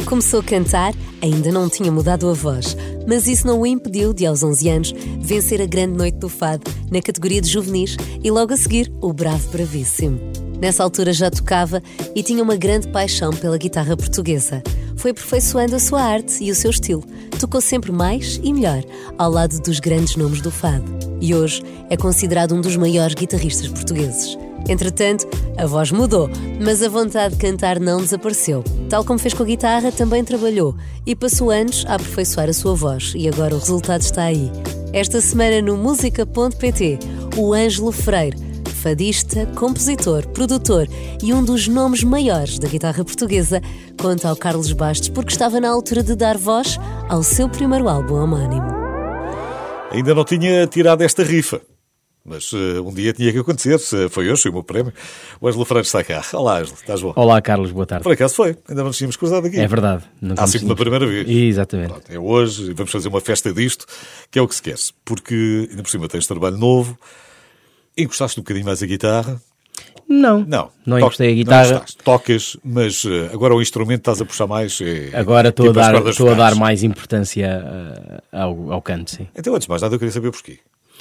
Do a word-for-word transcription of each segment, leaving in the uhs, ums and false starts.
Começou a cantar, ainda não tinha mudado a voz, mas isso não o impediu de, aos onze anos, vencer a grande noite do fado na categoria de juvenis e logo a seguir o Bravo Bravíssimo. Nessa altura já tocava e tinha uma grande paixão pela guitarra portuguesa. Foi aperfeiçoando a sua arte e o seu estilo. Tocou sempre mais e melhor, ao lado dos grandes nomes do fado. E hoje é considerado um dos maiores guitarristas portugueses. Entretanto, a voz mudou, mas a vontade de cantar não desapareceu. Tal como fez com a guitarra, também trabalhou e passou anos a aperfeiçoar a sua voz. E agora o resultado está aí. Esta semana no música ponto pt, o Ângelo Freire, fadista, compositor, produtor e um dos nomes maiores da guitarra portuguesa, conta ao Carlos Bastos porque estava na altura de dar voz ao seu primeiro álbum homónimo. Ainda não tinha tirado esta rifa, mas uh, um dia tinha que acontecer. Foi hoje, foi o meu prémio. O Ângelo Freire está cá. Olá, Ângelo, estás bom? Olá, Carlos, boa tarde. Por acaso foi, ainda não nos tínhamos cruzado aqui. É verdade. Há sempre uma primeira vez. Exatamente. Pronto, é hoje e vamos fazer uma festa disto, que é o que se quer. Porque, ainda por cima, tens trabalho novo. Encostaste um bocadinho mais a guitarra? Não, não, não encostei a guitarra. Não tocas, mas uh, agora o instrumento estás a puxar mais. É, agora estou tipo a, dar, estou a dar mais importância uh, ao, ao canto, sim. Então, antes de mais nada, eu queria saber porquê.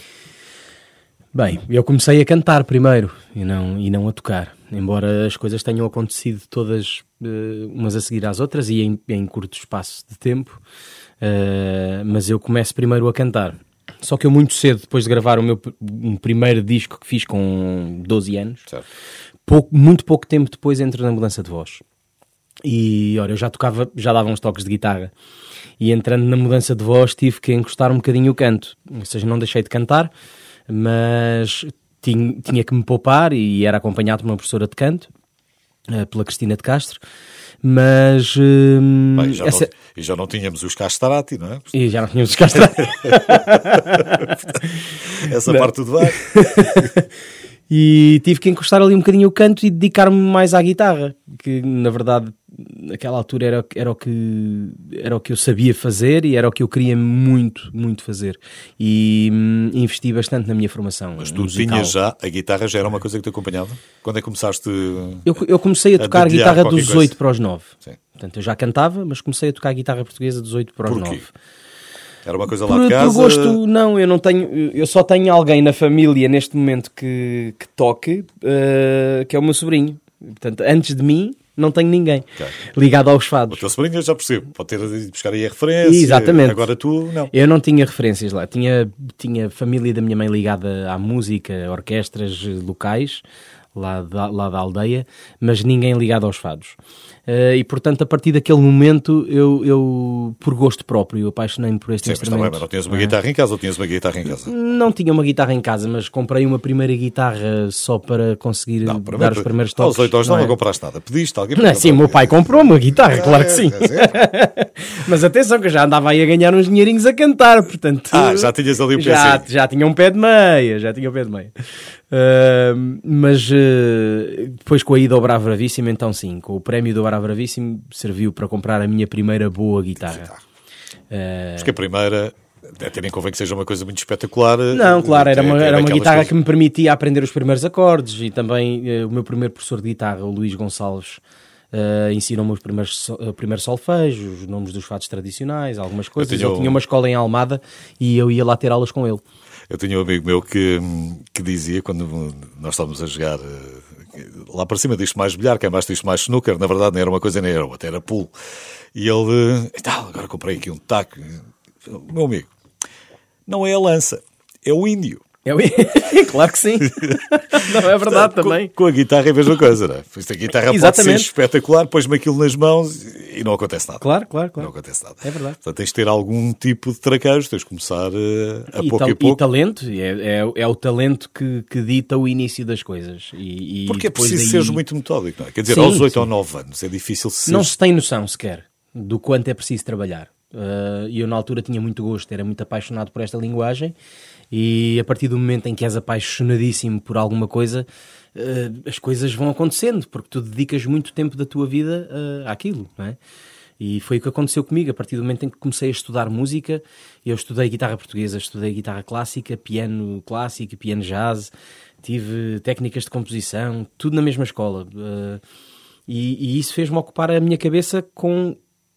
Bem, eu comecei a cantar primeiro e não, e não a tocar. Embora as coisas tenham acontecido todas uh, umas a seguir às outras e em, em curto espaço de tempo, uh, mas eu começo primeiro a cantar. Só que eu muito cedo, depois de gravar o meu um primeiro disco que fiz com doze anos, pouco, muito pouco tempo depois entro na mudança de voz. E olha, eu já tocava, já dava uns toques de guitarra. E entrando na mudança de voz tive que encostar um bocadinho o canto. Ou seja, não deixei de cantar, mas tinha, tinha que me poupar e era acompanhado por uma professora de canto, pela Cristina de Castro. Mas hum, Bem, já essa... não, e já não tínhamos os castrati, não é? E já não tínhamos os castrati. Essa não. parte tudo vai. E tive que encostar ali um bocadinho o canto e dedicar-me mais à guitarra, que na verdade naquela altura era, era, o que, era o que eu sabia fazer e era o que eu queria muito, muito fazer. E hum, investi bastante na minha formação. Mas tu musical. tinhas já, a guitarra já era uma coisa que te acompanhava? Quando é que começaste? Eu, eu comecei a tocar a guitarra dos coisa? oito para os nove. Sim. Portanto, eu já cantava, mas comecei a tocar a guitarra portuguesa dos oito para os nove. Era uma coisa lá por, de casa? Por gosto, não, eu não tenho, eu só tenho alguém na família neste momento que, que toque, uh, que é o meu sobrinho. Portanto, antes de mim, não tenho ninguém okay. ligado aos fados. O teu sobrinho eu já percebo, pode ter ido buscar aí a referência. Exatamente. Agora tu, não. Eu não tinha referências lá, tinha, tinha família da minha mãe ligada à música, a orquestras locais, lá da, lá da aldeia, mas ninguém ligado aos fados. Uh, e portanto a partir daquele momento eu, eu por gosto próprio apaixonei-me por este Sim, instrumento. Mas também, mas não tinhas uma guitarra em casa ou tinhas uma guitarra em casa? Não tinha uma guitarra em casa, mas comprei uma primeira guitarra só para conseguir não, dar os primeiros toques. Aos oito anos não, não, não compraste nada, pediste alguém para não, sim, o meu pai comprou uma guitarra, ah, claro que sim. É, mas atenção que eu já andava aí a ganhar uns dinheirinhos a cantar, portanto... Ah, já tinhas ali um pé já, já tinha um pé de meia, já tinha um pé de meia. Uh, mas uh, depois com a ida ao Bravo Bravíssimo, então sim, com o prémio do Bravo Bravíssimo serviu para comprar a minha primeira boa guitarra. Uh, Porque a primeira, até nem convém que seja uma coisa muito espetacular. Não, claro, era uma, era uma guitarra coisas... que me permitia aprender os primeiros acordes e também uh, o meu primeiro professor de guitarra, o Luís Gonçalves, uh, ensinou-me os primeiros, uh, primeiros solfejos, os nomes dos fados tradicionais, algumas coisas. Tinha Ele tinha uma escola em Almada e eu ia lá ter aulas com ele. Eu tinha um amigo meu que, que dizia, quando nós estávamos a jogar lá para cima disto mais bilhar, que é mais disto mais snooker, na verdade não era uma coisa nem era outra, era pool. E ele, e tal, agora comprei aqui um taco. Meu amigo, não é a lança, é o índio. É o... Claro que sim. Não é verdade com, também. Com a guitarra é a mesma coisa, não é? A guitarra pode ser espetacular, pões-me aquilo nas mãos e não acontece nada. Claro, claro, claro. Não acontece nada. É verdade. Portanto, tens de ter algum tipo de traquejo, tens de começar a, a e pouco tal, e pouco. E talento, é, é, é o talento que, que dita o início das coisas. E, e Porque é preciso daí... seres muito metódico, não é? Quer dizer, sim, aos oito sim. ou nove anos é difícil ser... Não se tem noção sequer do quanto é preciso trabalhar. E uh, eu na altura tinha muito gosto, era muito apaixonado por esta linguagem. E a partir do momento em que és apaixonadíssimo por alguma coisa, uh, as coisas vão acontecendo, porque tu dedicas muito tempo da tua vida uh, àquilo, não é? E foi o que aconteceu comigo. A partir do momento em que comecei a estudar música, eu estudei guitarra portuguesa, estudei guitarra clássica, piano clássico, piano jazz, tive técnicas de composição, tudo na mesma escola. Uh, e, e isso fez-me ocupar a minha cabeça com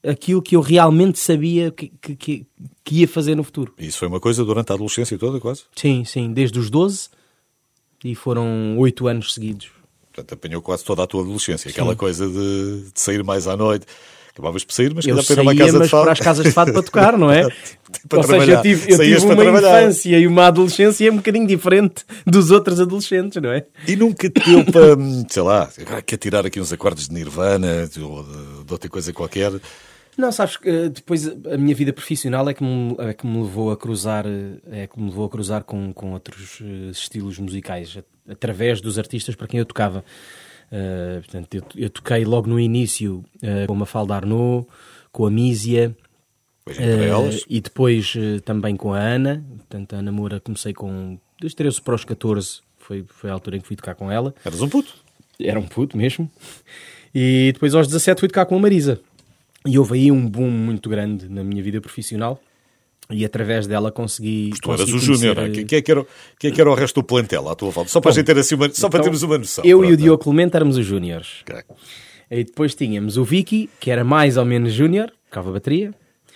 aquilo que eu realmente sabia que, que, que, que ia fazer no futuro. Isso foi uma coisa durante a adolescência toda, quase? Sim, sim, desde os doze e foram oito anos seguidos. Portanto, apanhou quase toda a tua adolescência, aquela sim. coisa de, de sair mais à noite. Acabavas por sair, mas eu saía, uma casa mas de fado. Para as casas de fado para tocar, não é? para Ou seja, eu tive, eu tive uma infância e uma adolescência um bocadinho diferente dos outros adolescentes, não é? E nunca te deu para, sei lá, quer tirar aqui uns acordes de Nirvana ou de, de outra coisa qualquer? Não, sabes, depois a minha vida profissional é que me, é que me levou a cruzar, é que me levou a cruzar com, com outros estilos musicais, através dos artistas para quem eu tocava. Uh, portanto, eu, eu toquei logo no início uh, com a Mafalda Arnaud, com a Mísia uh, e depois uh, também com a Ana. Portanto, a Ana Moura comecei com dos treze para os catorze, foi, foi a altura em que fui tocar com ela. Eras um puto? Era um puto mesmo. E depois aos dezassete fui tocar com a Marisa. E houve aí um boom muito grande na minha vida profissional. E através dela consegui... Mas tu eras o Júnior, conhecer... quem é, que era, quem é que era o resto do plantel à tua volta? Só para, Bom, a gente ter assim uma, só para então, termos uma noção. Eu pronto. E o Diogo Clemente éramos os Júniores. Okay. E depois tínhamos o Vicky, que era mais ou menos Júnior, tocava bateria.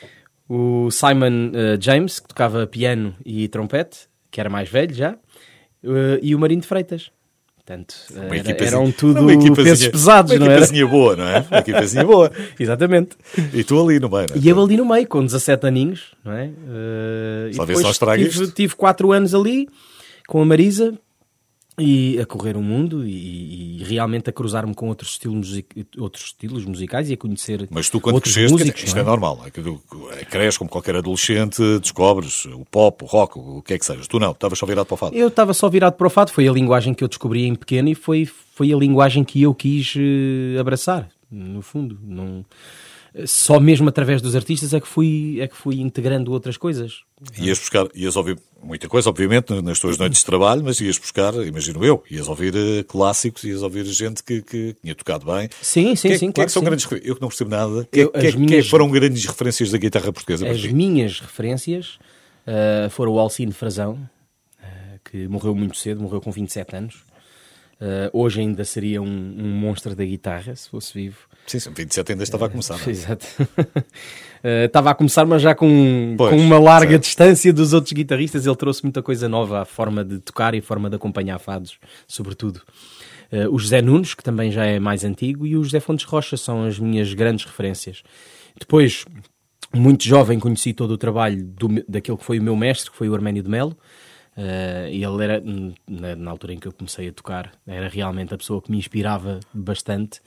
O Simon uh, James, que tocava piano e trompete, que era mais velho já. Uh, e o Marinho de Freitas. Portanto, era, eram tudo pesos pesados, uma não era? Uma equipazinha boa, não é? Uma equipazinha boa. Exatamente. E tu ali no meio, não é? E eu ali no meio, com dezassete aninhos, não é? Uh, Só vê só tive, tive quatro anos ali, com a Marisa, e a correr o mundo, e, e realmente a cruzar-me com outros estilos, music, outros estilos musicais e a conhecer. Mas tu, quando outros cresceste, músicos, isto é? é normal, é que tu cresces como qualquer adolescente, descobres o pop, o rock, o que é que sejas. Tu não, estavas só virado para o fado. Eu estava só virado para o fado, foi a linguagem que eu descobri em pequeno e foi, foi a linguagem que eu quis uh, abraçar, no fundo. Não... Só mesmo através dos artistas é que fui, é que fui integrando outras coisas. Ias buscar, ias ouvir muita coisa, obviamente, nas tuas noites de trabalho, mas ias buscar, imagino eu, ias ouvir uh, clássicos, ias ouvir gente que, que tinha tocado bem. Sim, sim, que, sim. Que claro é que são sim. grandes referências? Eu que não percebo nada. Que, eu, que, minhas, que foram grandes referências da guitarra portuguesa? As minhas referências uh, foram o Alcino Frazão, uh, que morreu muito cedo, morreu com vinte e sete anos. Uh, hoje ainda seria um, um monstro da guitarra, se fosse vivo. Sim, sim, vinte e sete ainda estava a começar. Uh, exato. uh, estava a começar, mas já com, pois, com uma larga certo. distância dos outros guitarristas. Ele trouxe muita coisa nova à forma de tocar e à forma de acompanhar fados, sobretudo. Uh, o José Nunes, que também já é mais antigo, e o José Fontes Rocha são as minhas grandes referências. Depois, muito jovem, conheci todo o trabalho do, daquele que foi o meu mestre, que foi o Arménio de Melo. Uh, ele era, na, na altura em que eu comecei a tocar, era realmente a pessoa que me inspirava bastante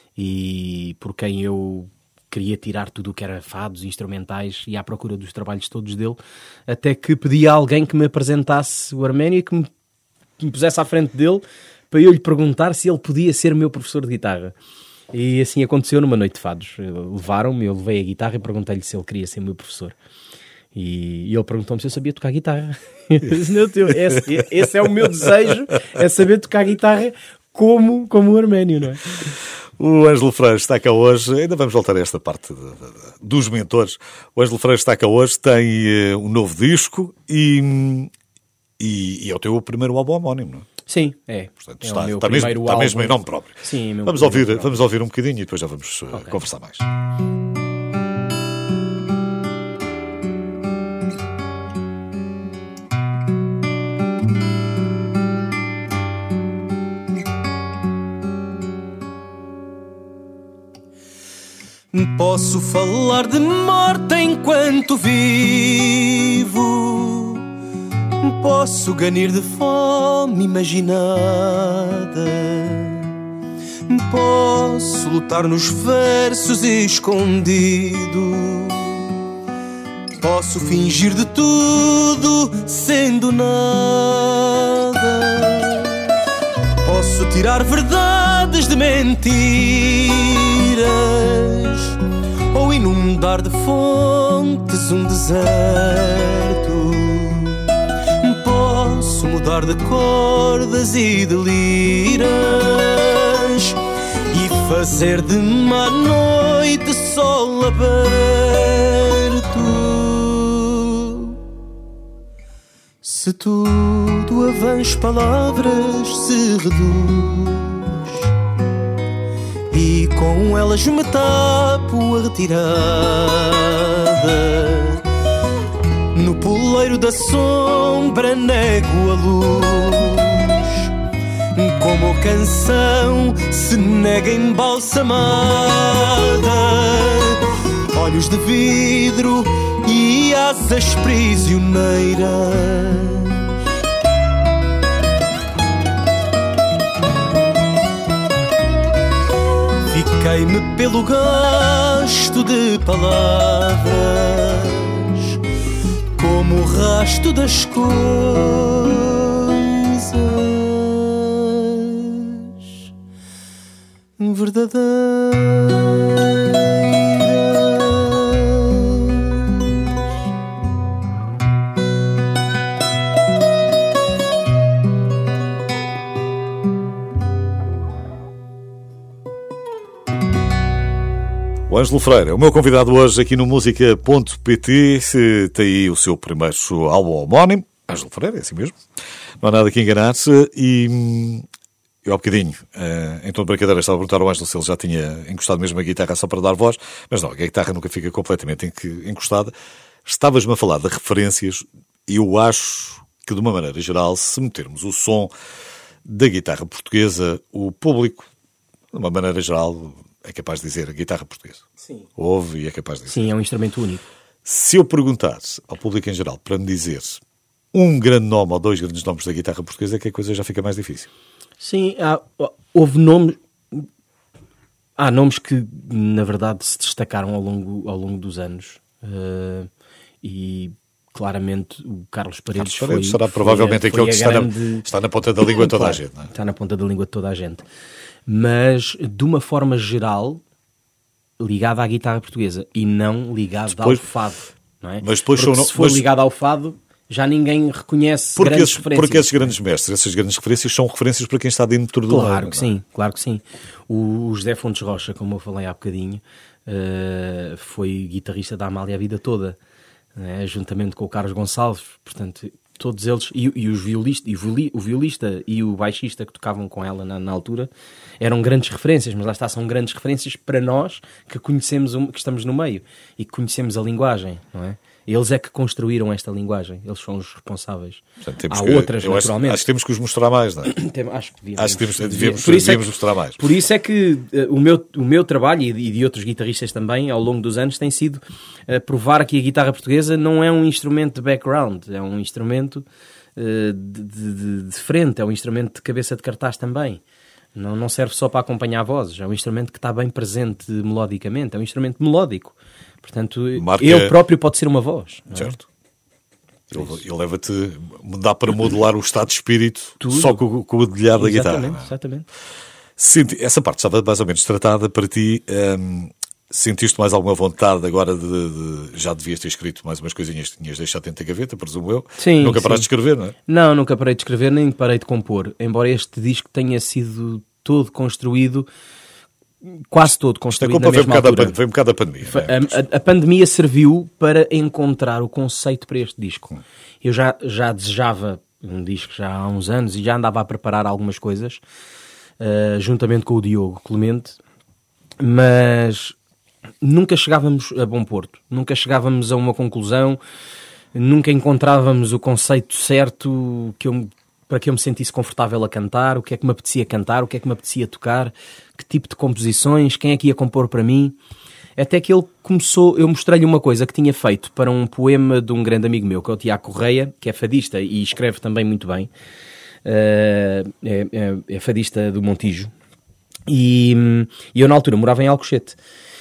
e por quem eu queria tirar tudo o que era fados, instrumentais, e à procura dos trabalhos todos dele, até que pedi a alguém que me apresentasse o Arménio e que me, que me pusesse à frente dele para eu lhe perguntar se ele podia ser meu professor de guitarra. E assim aconteceu numa noite de fados. Levaram-me, eu levei a guitarra e perguntei-lhe se ele queria ser meu professor. E, e ele perguntou-me se eu sabia tocar guitarra. Eu disse, não, teu, esse, esse é o meu desejo, é saber tocar guitarra como, como o Arménio, não é? O Ângelo Freire está cá hoje, ainda vamos voltar a esta parte de, de, de, dos mentores. O Ângelo Freire está cá hoje, tem uh, um novo disco e, e, e é o teu primeiro álbum homónimo, não é? Sim, é. Portanto, é está, o meu está, mesmo, primeiro está álbum. mesmo em nome próprio. Sim, meu vamos, ouvir, nome vamos ouvir um bocadinho e depois já vamos uh, okay. conversar mais. Posso falar de morte enquanto vivo, posso ganir de fome imaginada, posso lutar nos versos escondido, posso fingir de tudo sendo nada, posso tirar verdades de mentiras ou inundar de fontes um deserto. Posso mudar de cordas e de liras e fazer de uma noite sol aberto. Se tudo a vãs palavras se reduz e com elas me tapo a retirada. No poleiro da sombra nego a luz, como a canção se nega embalsamada. Olhos de vidro e asas prisioneiras, fiquei-me pelo gasto de palavras, como o rasto das coisas verdadeiras. O Ângelo Freire é o meu convidado hoje aqui no música ponto pt. Tem aí o seu primeiro álbum homónimo. Ângelo Freire, é assim mesmo. Não há nada que enganar-se. E eu há bocadinho, em tom de brincadeira, estava a perguntar ao Ângelo se ele já tinha encostado mesmo a guitarra só para dar voz. Mas não, a guitarra nunca fica completamente encostada. Estavas-me a falar de referências e eu acho que, de uma maneira geral, se metermos o som da guitarra portuguesa, o público, de uma maneira geral, é capaz de dizer a guitarra portuguesa. Sim. Ouve e é capaz de dizer. Sim, é um instrumento único. Se eu perguntasse ao público em geral para me dizer um grande nome ou dois grandes nomes da guitarra portuguesa, é que a coisa já fica mais difícil. Sim, há, houve nomes... Há nomes que, na verdade, se destacaram ao longo, ao longo dos anos. Uh, e... Claramente o Carlos Paredes, Carlos Paredes foi, será provavelmente foi, aquele foi que está, grande... na, está na ponta da língua de toda claro, a gente. Não é? Está na ponta da língua de toda a gente. Mas, de uma forma geral, ligado à guitarra portuguesa e não ligado depois, ao fado. Não é? Mas depois Porque são, se for mas, ligado ao fado, já ninguém reconhece porque grandes esses, referências. Porque esses grandes mestres, essas grandes referências são referências para quem está dentro do Claro meio, que não é? sim, claro que sim. O, o José Fontes Rocha, como eu falei há bocadinho, uh, foi guitarrista da Amália a vida toda. É, juntamente com o Carlos Gonçalves, portanto, todos eles, e, e, os violista, e o, violi, o violista e o baixista que tocavam com ela na, na altura, eram grandes referências, mas lá está, são grandes referências para nós que conhecemos, que estamos no meio e que conhecemos a linguagem, não é? Eles é que construíram esta linguagem, eles são os responsáveis. Portanto, Há que, outras, eu naturalmente. Acho, acho que temos que os mostrar mais, não é? Acho que devíamos, acho que temos, devíamos, por isso devíamos é que, mostrar mais. Por isso é que uh, o, meu, o meu trabalho, e de, e de outros guitarristas também, ao longo dos anos, tem sido uh, provar que a guitarra portuguesa não é um instrumento de background, é um instrumento uh, de, de, de frente, é um instrumento de cabeça de cartaz também. Não, não serve só para acompanhar vozes, é um instrumento que está bem presente melodicamente, é um instrumento melódico. Portanto, Marca... ele próprio pode ser uma voz. Certo. Ele, ele leva-te, dá para modelar o estado de espírito Tudo. Só com, com o dedilhar da guitarra. Exatamente, exatamente. Senti, essa parte estava mais ou menos tratada para ti. Hum, sentiste mais alguma vontade agora de, de... Já devias ter escrito mais umas coisinhas que tinhas deixado dentro da gaveta, presumo eu. Sim, Nunca sim. paraste de escrever, não é? Não, nunca parei de escrever, nem parei de compor. Embora este disco tenha sido todo construído... Quase todo construído na mesma altura. Foi um bocado a pandemia. A, a, a pandemia serviu para encontrar o conceito para este disco. Eu já, já desejava um disco já há uns anos e já andava a preparar algumas coisas, uh, juntamente com o Diogo Clemente, mas nunca chegávamos a bom porto, nunca chegávamos a uma conclusão, nunca encontrávamos o conceito certo que eu... para que eu me sentisse confortável a cantar, o que é que me apetecia cantar, o que é que me apetecia tocar, que tipo de composições, quem é que ia compor para mim. Até que ele começou, eu mostrei-lhe uma coisa que tinha feito para um poema de um grande amigo meu, que é o Tiago Correia, que é fadista e escreve também muito bem, uh, é, é, é fadista do Montijo, e, e eu na altura morava em Alcochete.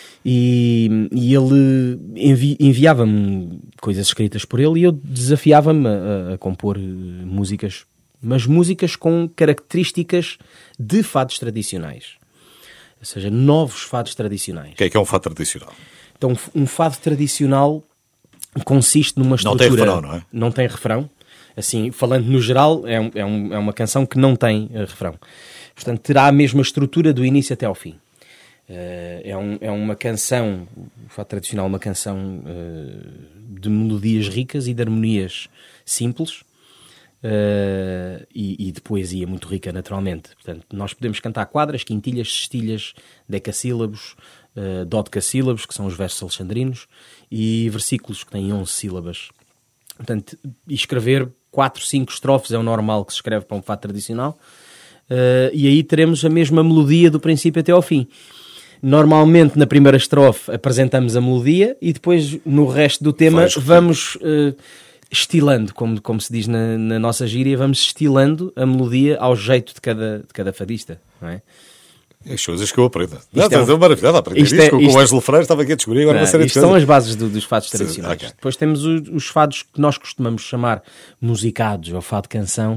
E, e ele envi, enviava-me coisas escritas por ele e eu desafiava-me a, a compor músicas, mas músicas com características de fados tradicionais, ou seja, novos fados tradicionais. O que é que é um fado tradicional? Então, um fado tradicional consiste numa estrutura... Não tem refrão, não é? Não tem refrão. Assim, falando no geral, é, um, é, um, é uma canção que não tem uh, refrão. Portanto, terá a mesma estrutura do início até ao fim. Uh, é, um, é uma canção, o fado tradicional é uma canção uh, de melodias ricas e de harmonias simples, uh, e, e de poesia muito rica, naturalmente. Portanto, nós podemos cantar quadras, quintilhas, sextilhas, decassílabos, uh, dodecassílabos, que são os versos alexandrinos, e versículos que têm onze sílabas. Portanto, e escrever quatro, cinco estrofes é o normal que se escreve para um fado tradicional, uh, e aí teremos a mesma melodia do princípio até ao fim. Normalmente, na primeira estrofe, apresentamos a melodia e depois, no resto do tema, Faz vamos uh, estilando, como, como se diz na, na nossa gíria, vamos estilando a melodia ao jeito de cada, de cada fadista, não é? As coisas que eu aprendo. Não, é um... é maravilhoso, aprendi isto, isto é, com isto... o Ângelo Freire, estava aqui a descobrir agora não, uma série de coisas. Isto são as bases do, dos fados tradicionais. Okay. Depois temos os, os fados que nós costumamos chamar musicados, ou fado canção,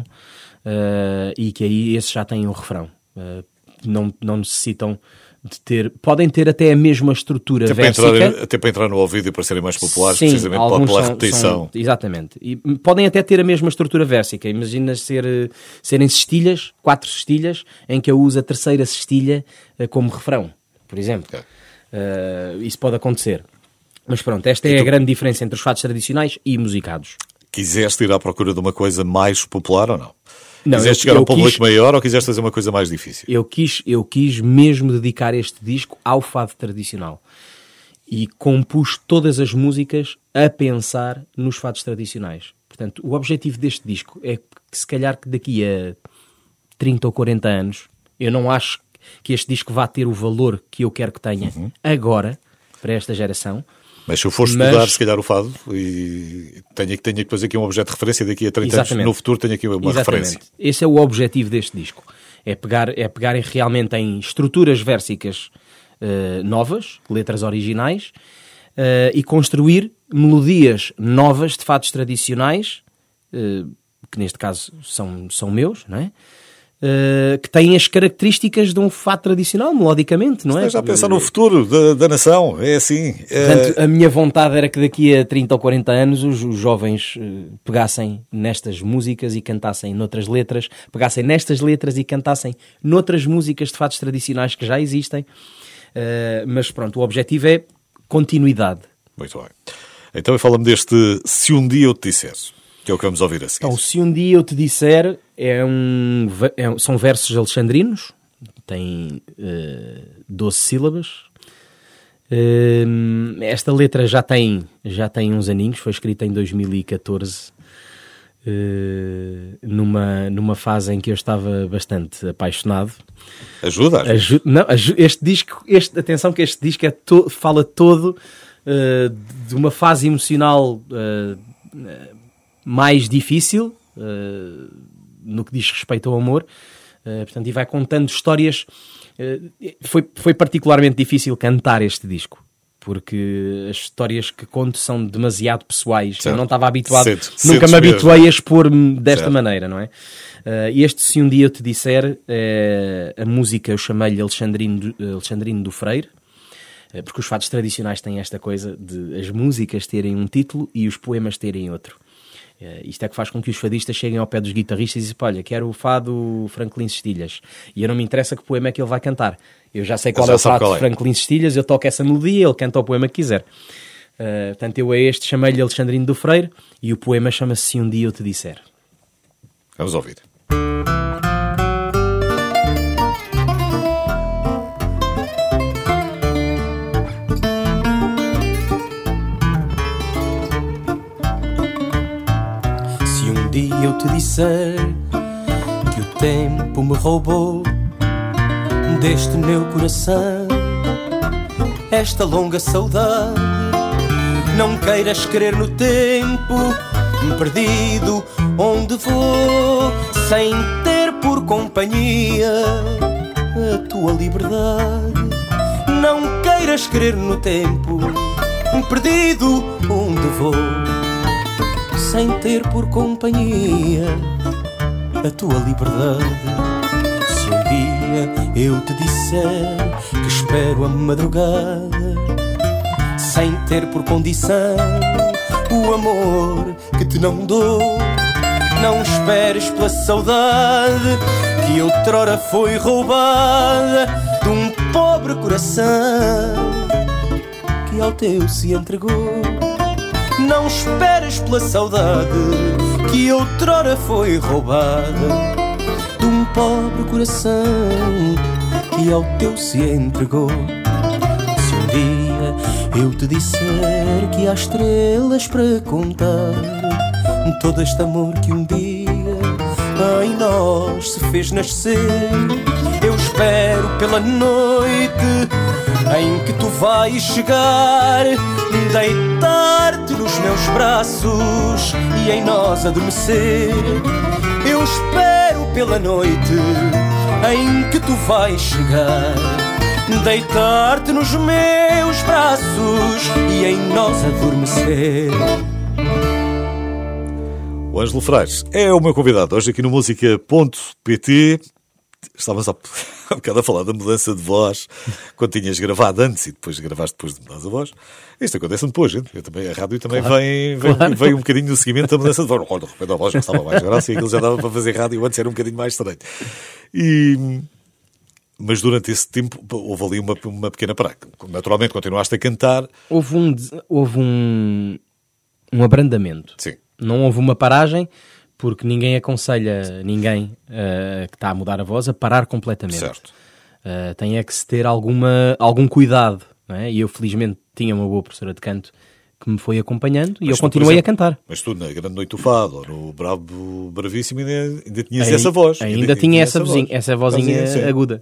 uh, e que aí esses já têm um refrão. Uh, não, não necessitam de ter... Podem ter até a mesma estrutura até versica. Para entrar, até para entrar no ouvido e para serem mais populares, Sim, precisamente pela, pela são, repetição. São, exatamente. E podem até ter a mesma estrutura versica. Imagina ser, serem cestilhas, quatro cestilhas, em que eu uso a terceira cestilha uh, como refrão, por exemplo. Okay. Uh, isso pode acontecer. Mas pronto, esta é tu... a grande diferença entre os fados tradicionais e musicados. Quiseste ir à procura de uma coisa mais popular ou não? Não, quiseste eu, chegar a um público quis, maior ou quiseste fazer uma coisa mais difícil? Eu quis, eu quis mesmo dedicar este disco ao fado tradicional. E compus todas as músicas a pensar nos fados tradicionais. Portanto, o objetivo deste disco é que, se calhar, que daqui a trinta ou quarenta anos, eu não acho que este disco vá ter o valor que eu quero que tenha uhum. agora, para esta geração. Mas se eu for estudar, mas... se calhar, o fado, e tenho, tenho que depois aqui um objeto de referência daqui a trinta Exatamente. anos, no futuro tenho aqui uma Exatamente. referência. Esse é o objetivo deste disco. É pegar, é pegarem realmente em estruturas versicas uh, novas, letras originais, uh, e construir melodias novas de fados tradicionais, uh, que neste caso são, são meus, não é? Uh, que têm as características de um fado tradicional, melodicamente, não é? Já a pensar no futuro da, da nação, é assim. Portanto, a minha vontade era que daqui a trinta ou quarenta anos os, os jovens uh, pegassem nestas músicas e cantassem noutras letras, pegassem nestas letras e cantassem noutras músicas de fados tradicionais que já existem. Uh, mas pronto, o objetivo é continuidade. Muito bem. Então fala-me deste Se Um Dia Eu Te Disser, que é o que vamos ouvir a seguir. Então, Se Um Dia Eu Te Disser é um, é, são versos alexandrinos, tem uh, doze sílabas. Uh, esta letra já tem, já tem uns aninhos, foi escrita em dois mil e catorze, uh, numa, numa fase em que eu estava bastante apaixonado. Ajuda? Aju- não, este disco, este, atenção que este disco é to, fala todo uh, de uma fase emocional uh, mais difícil, uh, no que diz respeito ao amor, uh, portanto, e vai contando histórias. Uh, foi, foi particularmente difícil cantar este disco, porque as histórias que conto são demasiado pessoais. Certo. Eu não estava habituado, Cedo. nunca Cedo me habituei mesmo. a expor-me desta certo. maneira, não é? Uh, este Se Um Dia Eu Te Disser, uh, a música eu chamei-lhe Alexandrino, Alexandrino do Freire, uh, porque os fados tradicionais têm esta coisa de as músicas terem um título e os poemas terem outro. Uh, isto é que faz com que os fadistas cheguem ao pé dos guitarristas e dizem, olha, quero o fado Franklin Cestilhas, e eu não me interessa que poema é que ele vai cantar, eu já sei qual eu é o fado é. Franklin Cestilhas, eu toco essa melodia, ele canta o poema que quiser. Uh, portanto, eu a este chamei-lhe Alexandrino do Freire e o poema chama-se Se Um Dia Eu Te Disser. Vamos ouvir. Eu te disser que o tempo me roubou deste meu coração esta longa saudade. Não queiras querer no tempo perdido onde vou, sem ter por companhia a tua liberdade. Não queiras querer no tempo perdido onde vou, sem ter por companhia a tua liberdade. Se um dia eu te disser que espero a madrugada, sem ter por condição o amor que te não dou, não esperes pela saudade que outrora foi roubada de um pobre coração que ao teu se entregou. Não esperes pela saudade que outrora foi roubada de um pobre coração que ao teu se entregou. Se um dia eu te disser que há estrelas para contar todo este amor que um dia em nós se fez nascer, eu espero pela noite em que tu vais chegar, deitar-te nos meus braços e em nós adormecer. Eu espero pela noite em que tu vais chegar, deitar-te nos meus braços e em nós adormecer. O Ângelo Freires é o meu convidado hoje aqui no música ponto pt. Estávamos há um bocado a falar da mudança de voz quando tinhas gravado antes e depois gravaste depois de mudar a voz. Isto acontece depois, gente. Eu também, a rádio também claro, vem, vem, claro. vem um bocadinho no seguimento da mudança de voz. Oh, de repente a voz já estava mais grossa e aquilo já dava para fazer rádio, antes era um bocadinho mais estranho. E... Mas durante esse tempo houve ali uma, uma pequena parada. Naturalmente continuaste a cantar. Houve um, houve um, um abrandamento. Sim. Não houve uma paragem, porque ninguém aconselha ninguém uh, que está a mudar a voz a parar completamente. Certo. Uh, tem é que se ter alguma, algum cuidado, não é? E eu felizmente tinha uma boa professora de canto que me foi acompanhando e mas eu tu, continuei exemplo, a cantar. Mas tu na Grande Noite do Fado ou no Bravo Bravíssimo ainda, ainda tinhas Aí, essa voz. Ainda, ainda tinha essa, essa, voz. essa vozinha sim. aguda.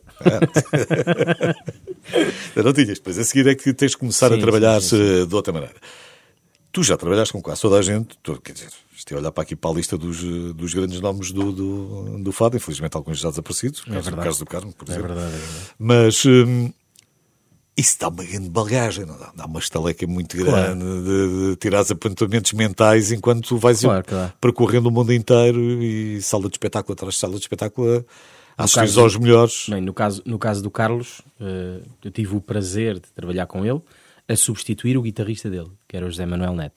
É. Não tinhas. Depois a seguir é que tens de começar sim, a trabalhar sim, sim, sim. de outra maneira. Tu já trabalhaste com quase toda a gente, tu, quer dizer, estive a olhar para aqui para a lista dos, dos grandes nomes do, do, do fado, infelizmente alguns já desaparecidos, é no caso do Carmo, por exemplo. É verdade, é verdade. Mas hum, isso dá uma grande bagagem, não dá? Dá uma estaleca muito grande claro. de, de tirar apontamentos mentais enquanto tu vais claro, claro. percorrendo o mundo inteiro e sala de espetáculo atrás de sala de espetáculo a assistir aos melhores. Bem, no, caso, no caso do Carlos, uh, eu tive o prazer de trabalhar com ele, a substituir o guitarrista dele, que era o José Manuel Neto,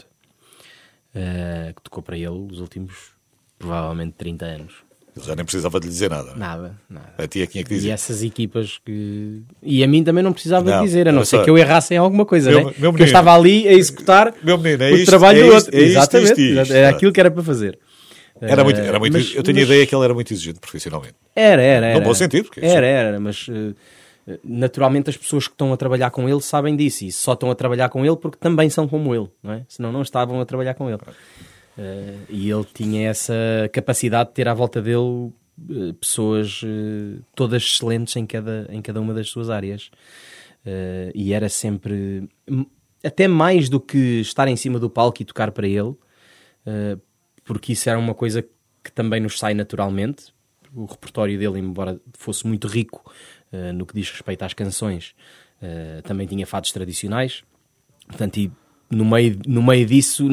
uh, que tocou para ele os últimos, provavelmente, trinta anos. Ele já nem precisava de lhe dizer nada. Nada, nada. A ti é quem é que dizer. E essas equipas que... E a mim também não precisava não, de dizer, a não ser só... que eu errasse em alguma coisa, meu, né? meu Porque menino, eu estava ali a executar meu menino, é o isto, trabalho é do isto, outro. É isto, Exatamente, isto, isto, isto, era aquilo que era para fazer. Era muito, era muito mas, eu tenho mas... a ideia que ele era muito exigente profissionalmente. Era, era, era. No bom sentido. Porque era, era, mas... Uh... naturalmente as pessoas que estão a trabalhar com ele sabem disso e só estão a trabalhar com ele porque também são como ele, não é? Senão não estavam a trabalhar com ele. Uh, e ele tinha essa capacidade de ter à volta dele uh, pessoas uh, todas excelentes em cada, em cada uma das suas áreas. Uh, e era sempre, até mais do que estar em cima do palco e tocar para ele, uh, porque isso era uma coisa que também nos sai naturalmente. O repertório dele, embora fosse muito rico, Uh, no que diz respeito às canções, uh, também tinha fados tradicionais, portanto, e no meio, no meio disso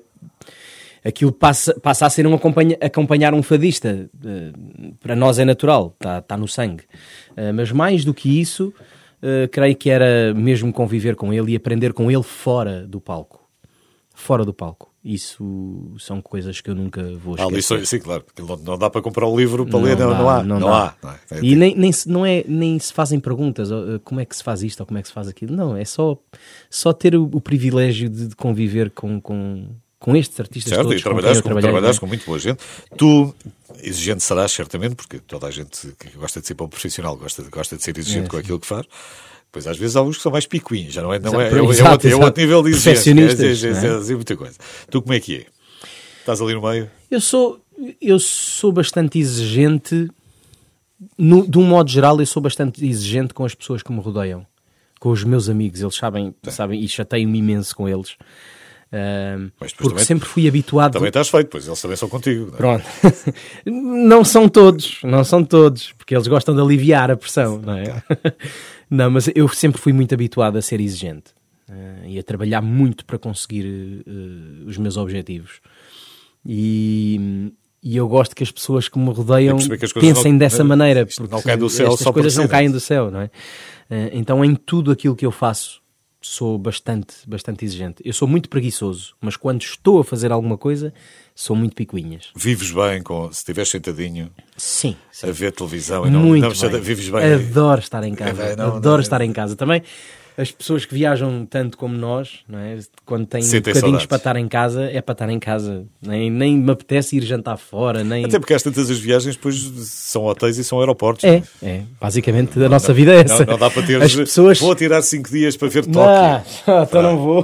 aquilo passa, passa a ser um acompanha, acompanhar um fadista, uh, para nós é natural, está tá no sangue, uh, mas mais do que isso, uh, creio que era mesmo conviver com ele e aprender com ele fora do palco, fora do palco. Isso são coisas que eu nunca vou esquecer. Ah, lições, sim, claro, porque não dá para comprar o livro para não ler, não, dá, não há. Não, não há. Não, é, e nem, nem, não é, nem se fazem perguntas, como é que se faz isto ou como é que se faz aquilo. Não, é só, só ter o, o privilégio de, de conviver com, com, com estes artistas certo, todos. E trabalhares com, com, trabalhares com muito boa gente. Tu, exigente serás, certamente, porque toda a gente que gosta de ser bom profissional gosta, gosta de ser exigente é, com aquilo que faz. Pois às vezes há uns que são mais picuinhos, já não é, não é, é, é, exato, outro, é outro nível de exigência. É, é, é, é, muita coisa. Tu como é que é? Estás ali no meio? Eu sou, eu sou bastante exigente, no, de um modo geral, eu sou bastante exigente com as pessoas que me rodeiam, com os meus amigos, eles sabem, sabem e chateio-me imenso com eles. Uh, porque também, sempre fui habituado. Também estás feito, pois eles também são contigo. Não é? Pronto, não são todos, não são todos, porque eles gostam de aliviar a pressão, não é? Não, mas eu sempre fui muito habituado a ser exigente uh, e a trabalhar muito para conseguir uh, os meus objetivos. E, e eu gosto que as pessoas que me rodeiam que pensem não, dessa não, maneira, porque não cai do céu, estas só coisas não caem do céu, não é? Uh, então em tudo aquilo que eu faço sou bastante, bastante exigente. Eu sou muito preguiçoso, mas quando estou a fazer alguma coisa sou muito picuinhas. Vives bem com, se estiveres sentadinho sim, sim. a ver televisão e não, muito não bem. Vives bem. Adoro estar em casa, é, não, adoro não, estar não. em casa também. as pessoas que viajam tanto como nós, não é? Quando têm Sentem bocadinhos saudades. para estar em casa, é para estar em casa. Nem, nem me apetece ir jantar fora, nem... Até porque às tantas as viagens depois são hotéis e são aeroportos. É, é. Basicamente a nossa vida é essa. Não, não dá para ter. As pessoas... Vou tirar cinco dias para ver Tóquio. Não, então não vou.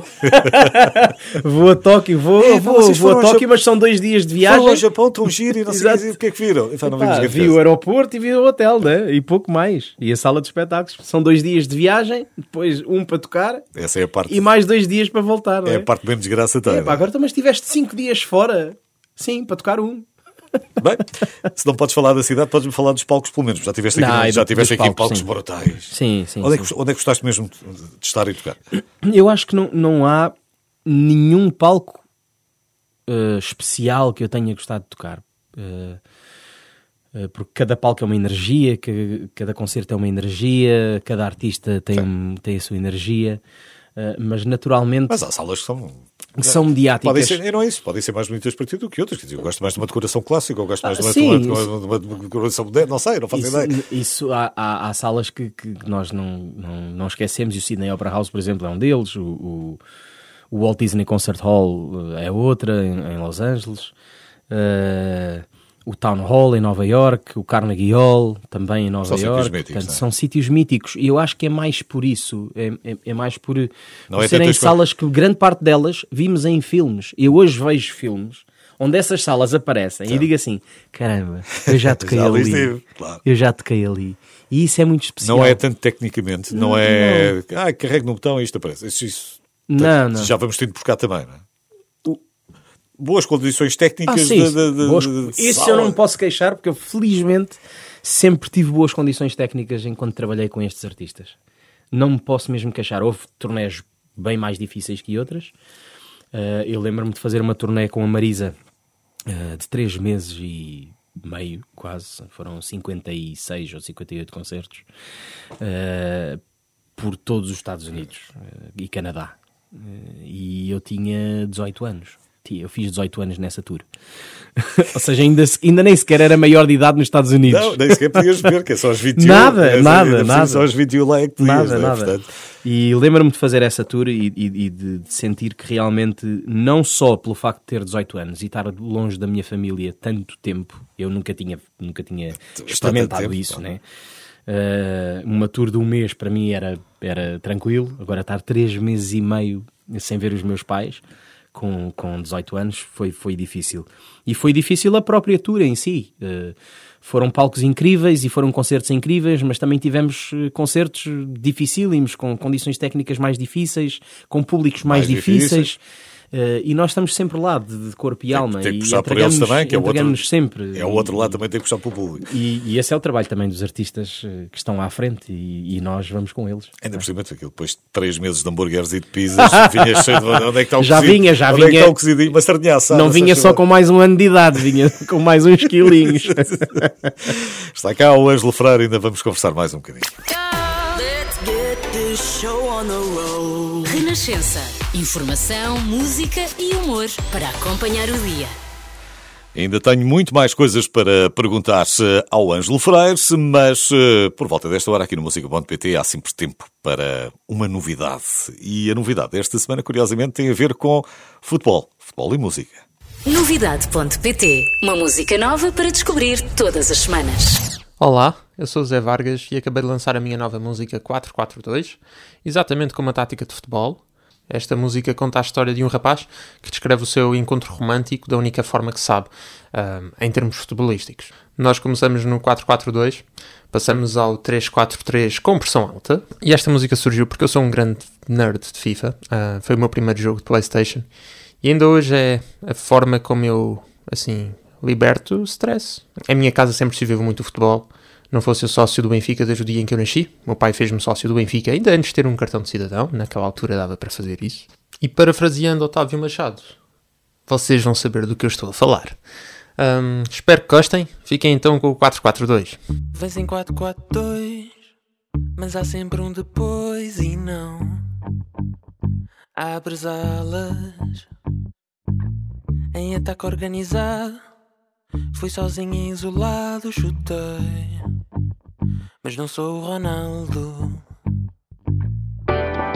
Vou a Tóquio, vou, É, vou, vocês vou a foram ao Tóquio, Japão. mas são dois dias de viagem. Foram ao Japão, tão giro e não sei o Exato. que, o que é que viram. Epá, não Pá, vimos vi o aeroporto e vi o hotel, né? E pouco mais. E a sala de espetáculos. São dois dias de viagem, depois um para tocar Essa é a parte, e mais dois dias para voltar. Não é é? a parte menos graça tem. É, pá, agora mas estiveste cinco dias fora. Sim, para tocar um. Bem, se não podes falar da cidade, podes-me falar dos palcos, pelo menos. Já estiveste aqui, Não, já e estiveste dos aqui em palcos, palcos sim. brutais. Sim, sim. Onde, é sim. que, onde é que gostaste mesmo de estar e tocar? Eu acho que não, não há nenhum palco uh, especial que eu tenha gostado de tocar. Uh, uh, porque cada palco é uma energia, que, cada concerto é uma energia, cada artista tem, um, tem a sua energia, uh, mas naturalmente Mas há salas que são... são mediáticas. Podem ser, não é isso, podem ser mais bonitas para ti do que outras. Quer dizer, eu gosto mais de uma decoração clássica, eu gosto mais Ah, de, uma, sim, de, uma, de, uma, de uma decoração moderna, não sei, não faço Isso, ideia. isso há, há, há salas que, que nós não, não, não esquecemos, e o Sydney Opera House, por exemplo, é um deles, o, o, o Walt Disney Concert Hall é outra, em, em Los Angeles, uh, o Town Hall em Nova York, o Carnegie Hall também em Nova São sítios York. míticos, Portanto, não é? são sítios míticos, e eu acho que é mais por isso, é, é, é mais por, Não por é serem tantas salas que grande parte delas vimos em filmes. Eu hoje vejo filmes onde essas salas aparecem e digo assim, caramba, eu já toquei Já ali ali, esteve, claro. eu já toquei ali. E isso é muito especial. Não é tanto tecnicamente, não, Não, é... Ah, carrego no botão e isto aparece. Isso, isso... Não, não. Já vamos tendo por cá também, não é? Boas condições técnicas Ah, sim, de, de, de, boas- de Isso sala. eu não me posso queixar, porque eu felizmente sempre tive boas condições técnicas enquanto trabalhei com estes artistas. Não me posso mesmo queixar. Houve turnés bem mais difíceis que outras. Uh, eu lembro-me de fazer uma turnê com a Marisa uh, de três meses e meio, quase. Foram cinquenta e seis ou cinquenta e oito concertos uh, por todos os Estados Unidos uh, e Canadá. Uh, e eu tinha dezoito anos. Eu fiz dezoito anos nessa tour. Ou seja, ainda, ainda nem sequer era maior de idade nos Estados Unidos. Não, nem sequer podias ver, que é só aos vinte e um. Nada, é, nada, ainda por cima nada. Só aos vinte e um lá é que podias, Nada, não é? nada. Portanto, E lembro-me de fazer essa tour e, e- e de, de sentir que realmente, não só pelo facto de ter dezoito anos e estar longe da minha família tanto tempo, eu nunca tinha, nunca tinha experimentado tempo, isso, não é? né? Uh, uma tour de um mês para mim era, era tranquilo. Agora estar três meses e meio sem ver os meus pais com, com dezoito anos foi, foi difícil. E foi difícil a própria tour em si. Uh, foram palcos incríveis e foram concertos incríveis, mas também tivemos uh, concertos dificílimos, com condições técnicas mais difíceis, com públicos mais, Mais difíceis. difíceis. Uh, e nós estamos sempre lá, de, de corpo e alma. tem que e puxar por eles entregamos-nos- também, que é o outro, entregamos-nos sempre. é o outro lado também tem que puxar para o público. E, e esse é o trabalho também dos artistas eh, que estão à frente e, e nós vamos com eles. Ainda por cima, aquilo, depois de três meses de hambúrgueres e de pizzas, vinha cheio de... Onde é que está o Já cozido? vinha, já Onde é que vinha. está o cozidinho? Uma sardinha assada. Não vinha se só faz com mais um ano de idade, vinha com mais uns quilinhos. favor. Está cá o Ângelo Freire, ainda vamos conversar mais um bocadinho. Let's get this show on the road. Renascença. Informação, música e humor para acompanhar o dia. Ainda tenho muito mais coisas para perguntar ao Ângelo Freire, mas eh, por volta desta hora aqui no música ponto pt há sempre tempo para uma novidade. E a novidade desta semana, curiosamente, tem a ver com futebol. Futebol e música. Novidade ponto pt. Uma música nova para descobrir todas as semanas. Olá, eu sou o Zé Vargas e acabei de lançar a minha nova música quatro quatro dois, exatamente com uma tática de futebol. Esta música conta a história de um rapaz que descreve o seu encontro romântico da única forma que sabe, um, em termos futebolísticos. Nós começamos no quatro quatro dois, passamos ao três quatro três com pressão alta, e esta música surgiu porque eu sou um grande nerd de FIFA, uh, foi o meu primeiro jogo de PlayStation, e ainda hoje é a forma como eu, assim, liberto o stress. Em minha casa sempre se vive muito futebol. Não fosse eu sócio do Benfica desde o dia em que eu nasci. O meu pai fez-me sócio do Benfica ainda antes de ter um cartão de cidadão. Naquela altura dava para fazer isso. E parafraseando Otávio Machado, vocês vão saber do que eu estou a falar. Hum, espero que gostem. Fiquem então com o quatro quatro dois. Vem em quatro quatro dois, mas há sempre um depois e não abres alas em ataque organizado. Fui sozinho e isolado, chutei, mas não sou o Ronaldo.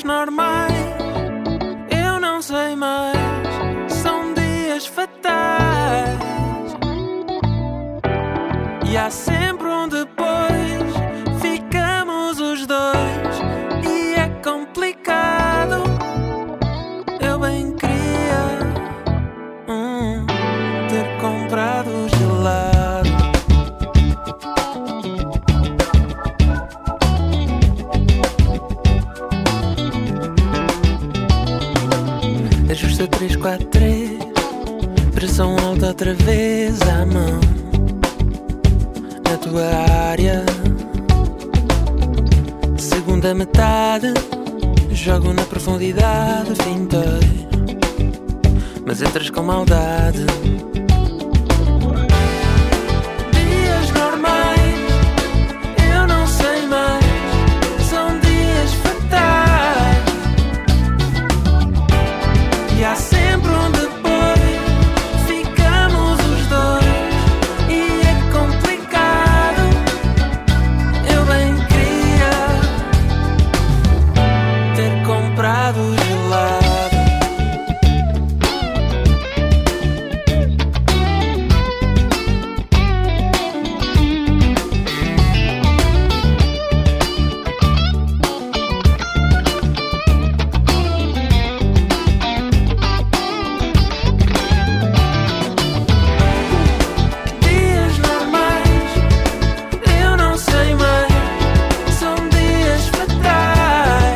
Dias normais, eu não sei mais, são dias fatais. E há sempre um depois, ficamos os dois e é complicado. Eu bem queria hum, ter comprado gelado. Ajusta três quatro três, pressão alta outra vez à mão. Na tua área, segunda metade, jogo na profundidade, fintei, mas entras com maldade. Dias normais, eu não sei mais, são dias fatais. E há sempre um depois, ficamos os dois e é complicado. Eu bem queria ter comprado gelado. Dias normais, eu não sei mais, são dias fatais.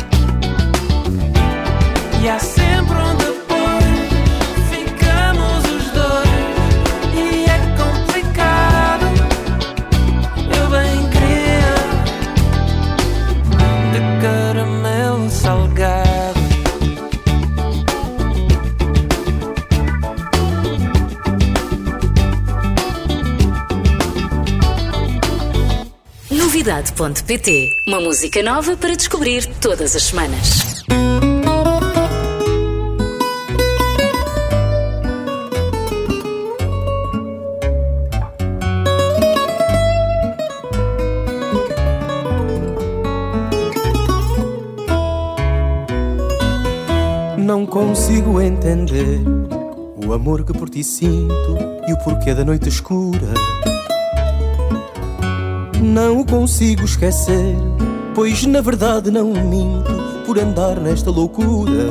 E há sempre um depois, ficamos os dois e é complicado. Eu bem queria de caramelo salgado. Novidade ponto pt. Uma música nova para descobrir todas as semanas. Não consigo entender o amor que por ti sinto e o porquê da noite escura. Não o consigo esquecer, pois na verdade não minto por andar nesta loucura.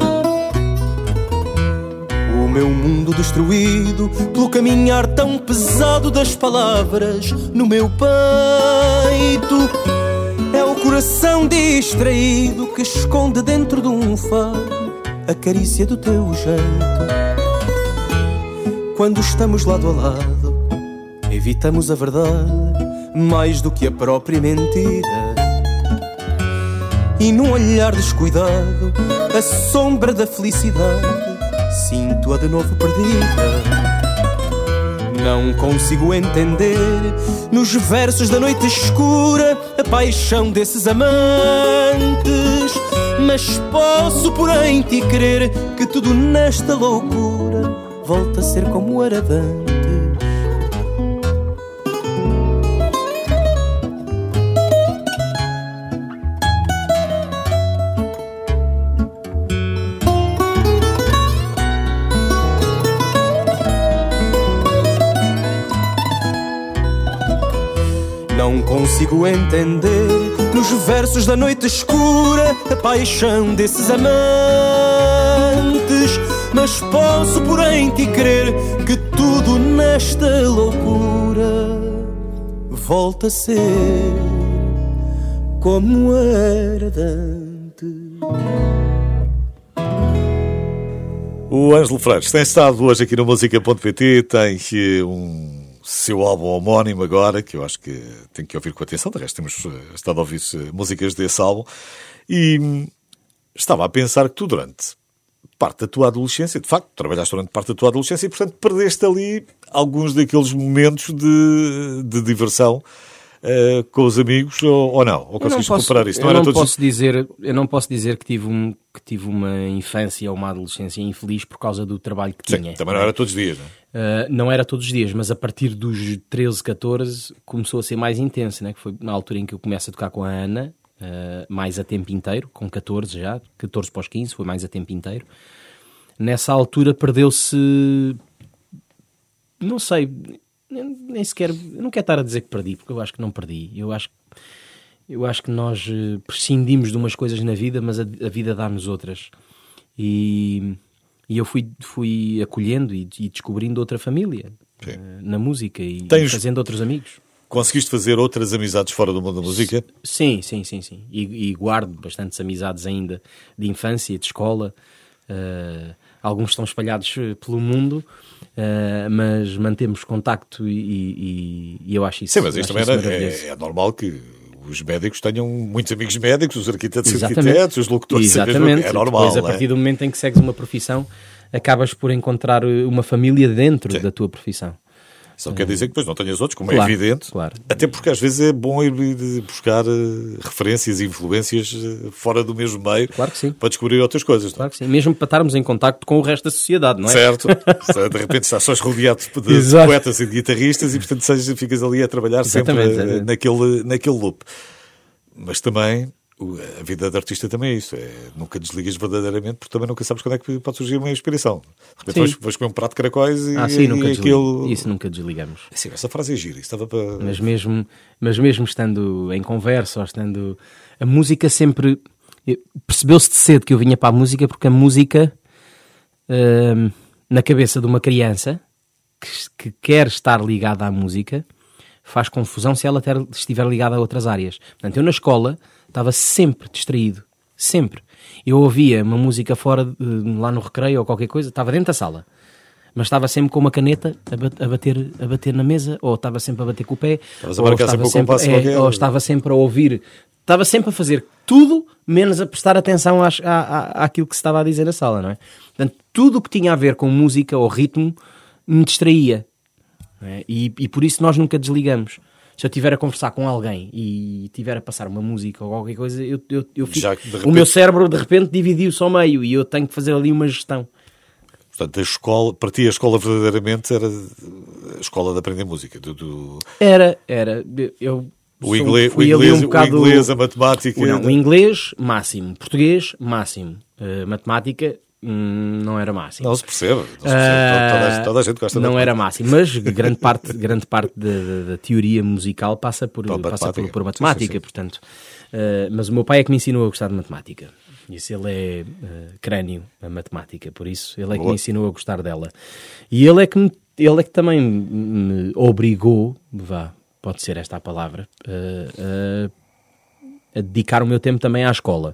O meu mundo destruído pelo caminhar tão pesado das palavras no meu peito. É o coração distraído que esconde dentro de um fado a carícia do teu jeito. Quando estamos lado a lado, evitamos a verdade mais do que a própria mentira. E num olhar descuidado, a sombra da felicidade sinto-a de novo perdida. Não consigo entender nos versos da noite escura a paixão desses amantes, mas posso porém te crer que tudo nesta loucura volta a ser como era antes. Não consigo entender nos versos da noite escura a paixão desses amantes, mas posso porém te crer que tudo nesta loucura volta a ser como era antes. O Ângelo Freitas tem estado hoje aqui no música ponto pt, tem um seu álbum homónimo agora, que eu acho que tenho que ouvir com atenção, de resto temos estado a ouvir músicas desse álbum, e estava a pensar que tu durante parte da tua adolescência, de facto, trabalhaste durante parte da tua adolescência e, portanto, perdeste ali alguns daqueles momentos de, de diversão uh, com os amigos, ou, ou não? Ou conseguiste recuperar isso? Não, eu, não posso dizer, eu não posso dizer que tive, um, que tive uma infância ou uma adolescência infeliz por causa do trabalho que Sim, tinha. Também não era todos os dias, não é? Uh, não era todos os dias, mas a partir dos treze, catorze começou a ser mais intenso, né? Que foi na altura em que eu começo a tocar com a Ana uh, mais a tempo inteiro, com catorze já, catorze para os quinze, foi mais a tempo inteiro. Nessa altura perdeu-se, não sei, nem sequer, eu não quero estar a dizer que perdi, porque eu acho que não perdi. Eu acho, eu acho que nós prescindimos de umas coisas na vida, mas a, a vida dá-nos outras. E, e eu fui, fui acolhendo e, e descobrindo outra família uh, na música e, Tens... e fazendo outros amigos. Conseguiste fazer outras amizades fora do mundo da música? Sim, sim, sim, sim. E, e guardo bastantes amizades ainda de infância, de escola. Uh, alguns estão espalhados pelo mundo, uh, mas mantemos contacto e, e, e eu acho isso. Sim, mas isto também é, é, é normal que os médicos tenham muitos amigos médicos, os arquitetos Exatamente. arquitetos, os locutores. Exatamente. É normal. Depois, a partir é? do momento em que segues uma profissão, acabas por encontrar uma família dentro Sim. da tua profissão. Isso não quer dizer que depois não tenhas outros, como Claro, é evidente. claro. Até porque às vezes é bom ir buscar uh, referências e influências uh, fora do mesmo meio. Claro que sim. Para descobrir outras coisas. Claro que sim. Mesmo para estarmos em contacto com o resto da sociedade, não é? Certo. De repente estás só rodeado de Exato. poetas e de guitarristas e portanto seja, ficas ali a trabalhar Exatamente, sempre exatamente. naquele, naquele loop. Mas também a vida de artista também é isso. É, nunca desligas verdadeiramente porque também nunca sabes quando é que pode surgir uma inspiração. De repente vais, vais comer um prato de caracóis e, ah, sim, nunca e aquilo... Isso nunca desligamos. Sim, essa frase é gira. Estava para... Mas mesmo, mas mesmo estando em conversa ou estando... A música sempre... Percebeu-se de cedo que eu vinha para a música porque a música, hum, na cabeça de uma criança que, que quer estar ligada à música, faz confusão se ela ter, estiver ligada a outras áreas. Portanto, eu na escola estava sempre distraído. Sempre. Eu ouvia uma música fora, lá no recreio ou qualquer coisa, estava dentro da sala. Mas estava sempre com uma caneta a bater, a bater na mesa, ou estava sempre a bater com o pé, a ou estava, sempre sempre, um é, ou estava sempre a ouvir. Estava sempre a fazer tudo, menos a prestar atenção às, à, à, àquilo que se estava a dizer na sala, não é? Portanto, tudo o que tinha a ver com música ou ritmo me distraía. Não é? e, e por isso nós nunca desligamos. Se eu estiver a conversar com alguém e estiver a passar uma música ou qualquer coisa, eu, eu, eu fico... repente... o meu cérebro de repente dividiu-se ao meio e eu tenho que fazer ali uma gestão. Portanto, a escola, para ti a escola verdadeiramente era a escola de aprender música? Do, do... Era, era. Eu o inglês, fui o, inglês, ali um bocado... o inglês, a matemática... Não, o inglês, máximo. Português, máximo. Uh, matemática... Hum, não era máximo. Não se percebe. Não se percebe. Uh, toda, toda a gente gosta Não de era máximo, mas grande parte, grande parte da, da, da teoria musical passa por, passa matemática. por, por matemática, sim, sim, sim. Portanto. Uh, mas o meu pai é que me ensinou a gostar de matemática. Isso, ele é uh, crânio a matemática, por isso ele é que Boa. me ensinou a gostar dela. E ele é que, me, ele é que também me obrigou, vá, pode ser esta a palavra, uh, uh, a dedicar o meu tempo também à escola.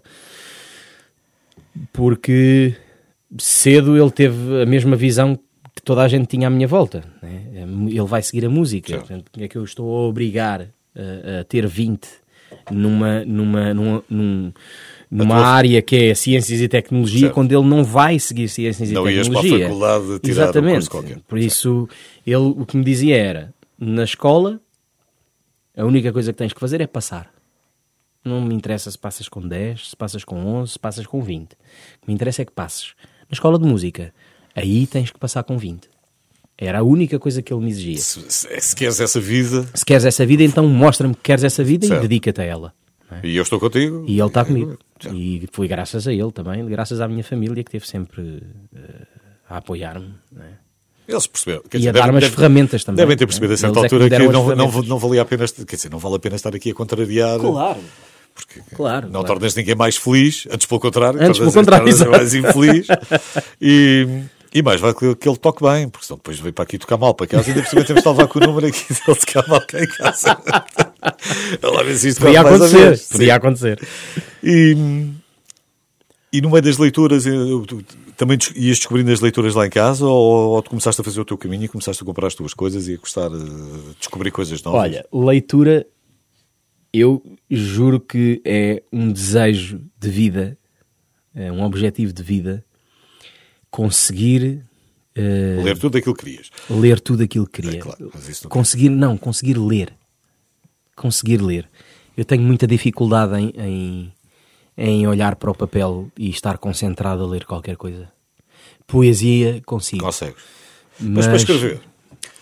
Porque cedo ele teve a mesma visão que toda a gente tinha à minha volta, né? Ele vai seguir a música. Portanto, é que eu estou a obrigar a, a ter vinte numa, numa, numa, numa, numa tua... área que é ciências e tecnologia, certo. Quando ele não vai seguir ciências e não tecnologia. Não ias para a faculdade tirar Exatamente. Um curso qualquer. Por isso, ele o que me dizia era, na escola, a única coisa que tens que fazer é passar. Não me interessa se passas com dez, se passas com onze, se passas com vinte. O que me interessa é que passes. Na escola de música, aí tens que passar com vinte. Era a única coisa que ele me exigia. Se, se, se queres essa vida... Se queres essa vida, então mostra-me que queres essa vida, certo. E dedica-te a ela. É? E eu estou contigo. E ele está comigo. Certo. E foi graças a ele também, graças à minha família, que esteve sempre uh, a apoiar-me. Não é? Eles perceberam. Quer e dizer, a dar-me as ferramentas também. Devem ter percebido a certa Eles altura é que, que não, não, não valia a pena... Quer dizer, não vale a pena estar aqui a contrariar... Claro. Porque claro, não claro. tornas ninguém mais feliz, antes pelo contrário, antes tornas pelo contrário, mais infeliz. e, e mais vai que, que ele toque bem, porque senão depois veio para aqui tocar mal para casa e ainda por cima temos de levar com o número aqui de ele tocar mal cá em casa. Lá ver se isto podia mais acontecer, vez. podia acontecer. E, e no meio das leituras, também ias descobrindo as leituras lá em casa ou, ou tu começaste a fazer o teu caminho e começaste a comprar as tuas coisas e a gostar de descobrir coisas novas? Olha, leitura... Eu juro que é um desejo de vida, é um objetivo de vida, conseguir... Uh, ler tudo aquilo que querias. Ler tudo aquilo que queria. É claro, mas isso não conseguir, não, conseguir ler. Conseguir ler. Eu tenho muita dificuldade em, em, em olhar para o papel e estar concentrado a ler qualquer coisa. Poesia, consigo. Consegues. Mas, mas para escrever?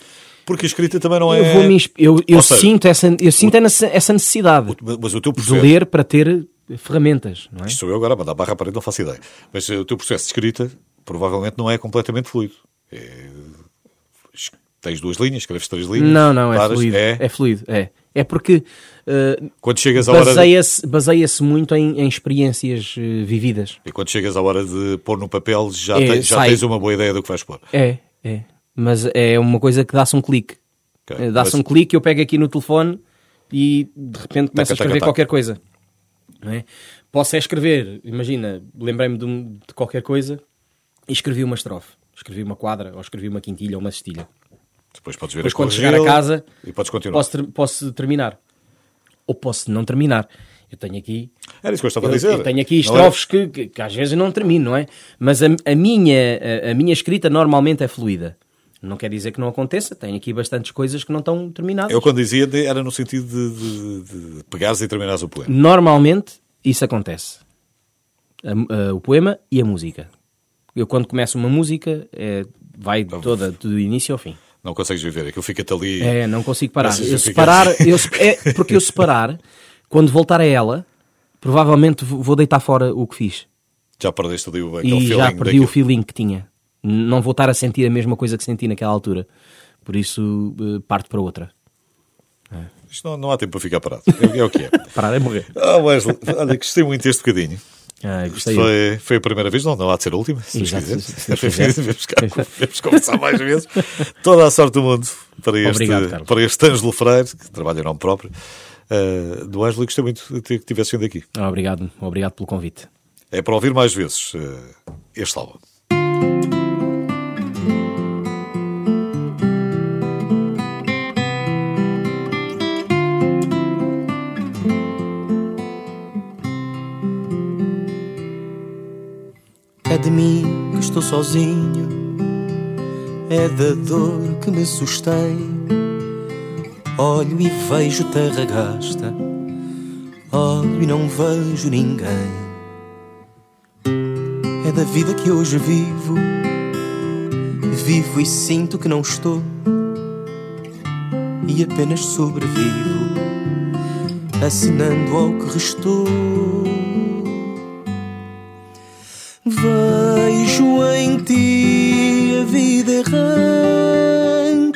Porque a escrita também não é... Eu, vou me insp... eu, eu seja, sinto, essa, eu sinto o... essa necessidade o... Mas o teu de processo... ler para ter ferramentas, não é? Isto sou eu agora a mandar barra à parede, não faço ideia. Mas o teu processo de escrita provavelmente não é completamente fluido. É... Tens duas linhas, escreves três linhas. Não, não, é paras, fluido. É, é fluido, é. É porque uh, quando chegas à hora baseia-se, baseia-se muito em, em experiências uh, vividas. E quando chegas à hora de pôr no papel, já, É, tens, já sai. tens uma boa ideia do que vais pôr. É, é. Mas é uma coisa que dá-se um clique. Okay. Uh, Dá-se Mas- um clique, eu pego aqui no telefone e de repente começo Taca, a escrever taca, taca. qualquer coisa. Não é? Posso é escrever, imagina, lembrei-me de, um- de qualquer coisa e escrevi uma estrofe. Escrevi uma quadra, ou escrevi uma quintilha, ou uma cestilha. Depois podes ver Depois a quando corrigi-la chegar a casa e podes continuar. posso, ter- posso terminar. Ou posso não terminar. Eu tenho aqui... Era isso que eu estava Eu, a dizer. eu tenho aqui Não estrofes que, que, que às vezes não termino, não é? Mas a, a, minha, a, a minha escrita normalmente é fluida. Não quer dizer que não aconteça. Tenho aqui bastantes coisas que não estão terminadas. Eu quando dizia era no sentido de, de, de pegares e terminares o poema. Normalmente isso acontece. A- a- o poema e a música. Eu quando começo uma música é, vai toda do início ao fim. Não consegues viver, aquilo fica-te ali. É, não consigo parar. Mas Eu fica- separar, eu, é, porque eu separar, quando voltar a ela, provavelmente vou deitar fora o que fiz. Já perdeste ali o, aquele E já feeling perdi daquilo. o feeling que tinha. Não vou estar a sentir a mesma coisa que senti naquela altura. Por isso, eh, parto para outra. Isto não, não há tempo para ficar parado. É, é o que é. Parar é morrer. Ah, Wesley, olha, gostei muito deste bocadinho. Ah, Isto gostei. foi, foi a primeira vez, não, não há de ser a última, se Deus Exato, quiser. se Deus quiser. Vamos cá- vamos conversar mais vezes. Toda a sorte do mundo para este, Obrigado, Carlos. para este Ângelo Freire, que trabalha em nome próprio. Uh, do Ângelo, gostei muito de ter- que tivesse vindo aqui. Ah, obrigado, obrigado pelo convite. É para ouvir mais vezes uh, este álbum. É de mim que estou sozinho, é da dor que me sustém. Olho e vejo terra gasta, olho e não vejo ninguém. É da vida que hoje vivo, vivo e sinto que não estou, e apenas sobrevivo, acenando ao que restou. Vejo em ti a vida errante,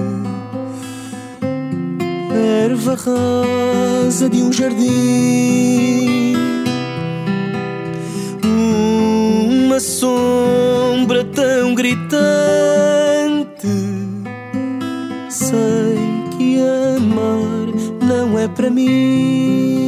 erva rasa de um jardim, uma sombra tão gritante. Sei que amar não é para mim.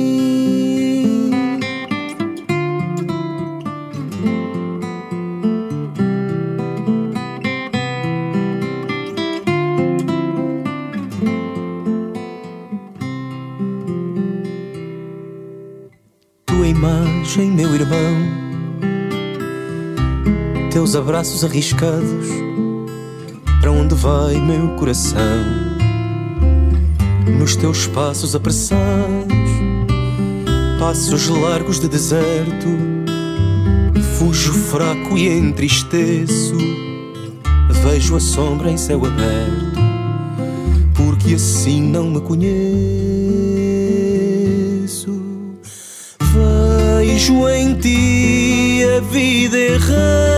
Tua imagem, meu irmão, teus abraços arriscados, para onde vai meu coração? Nos teus passos apressados, passos largos de deserto, fujo fraco e entristeço, vejo a sombra em céu aberto, porque assim não me conheço. Vejo em ti a vida errante,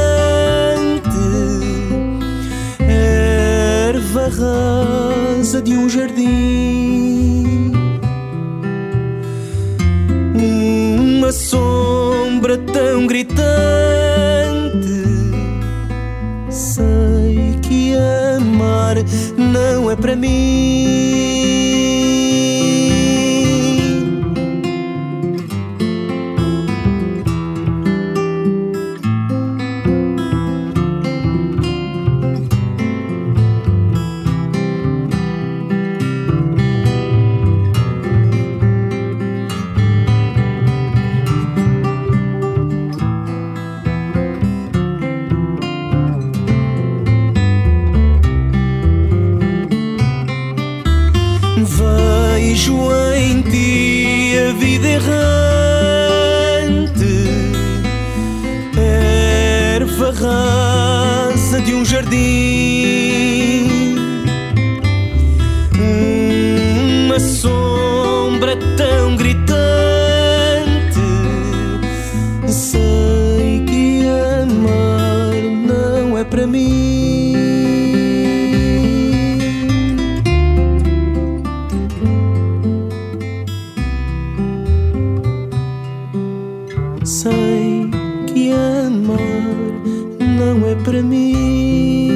erva rasa de um jardim, uma sombra tão gritante. Sei que amar não é para mim. Vejo em ti a vida errante, erva rasa de um jardim, sombra é tão gritante. Sei que amar não é para mim. Sei que amar não é para mim.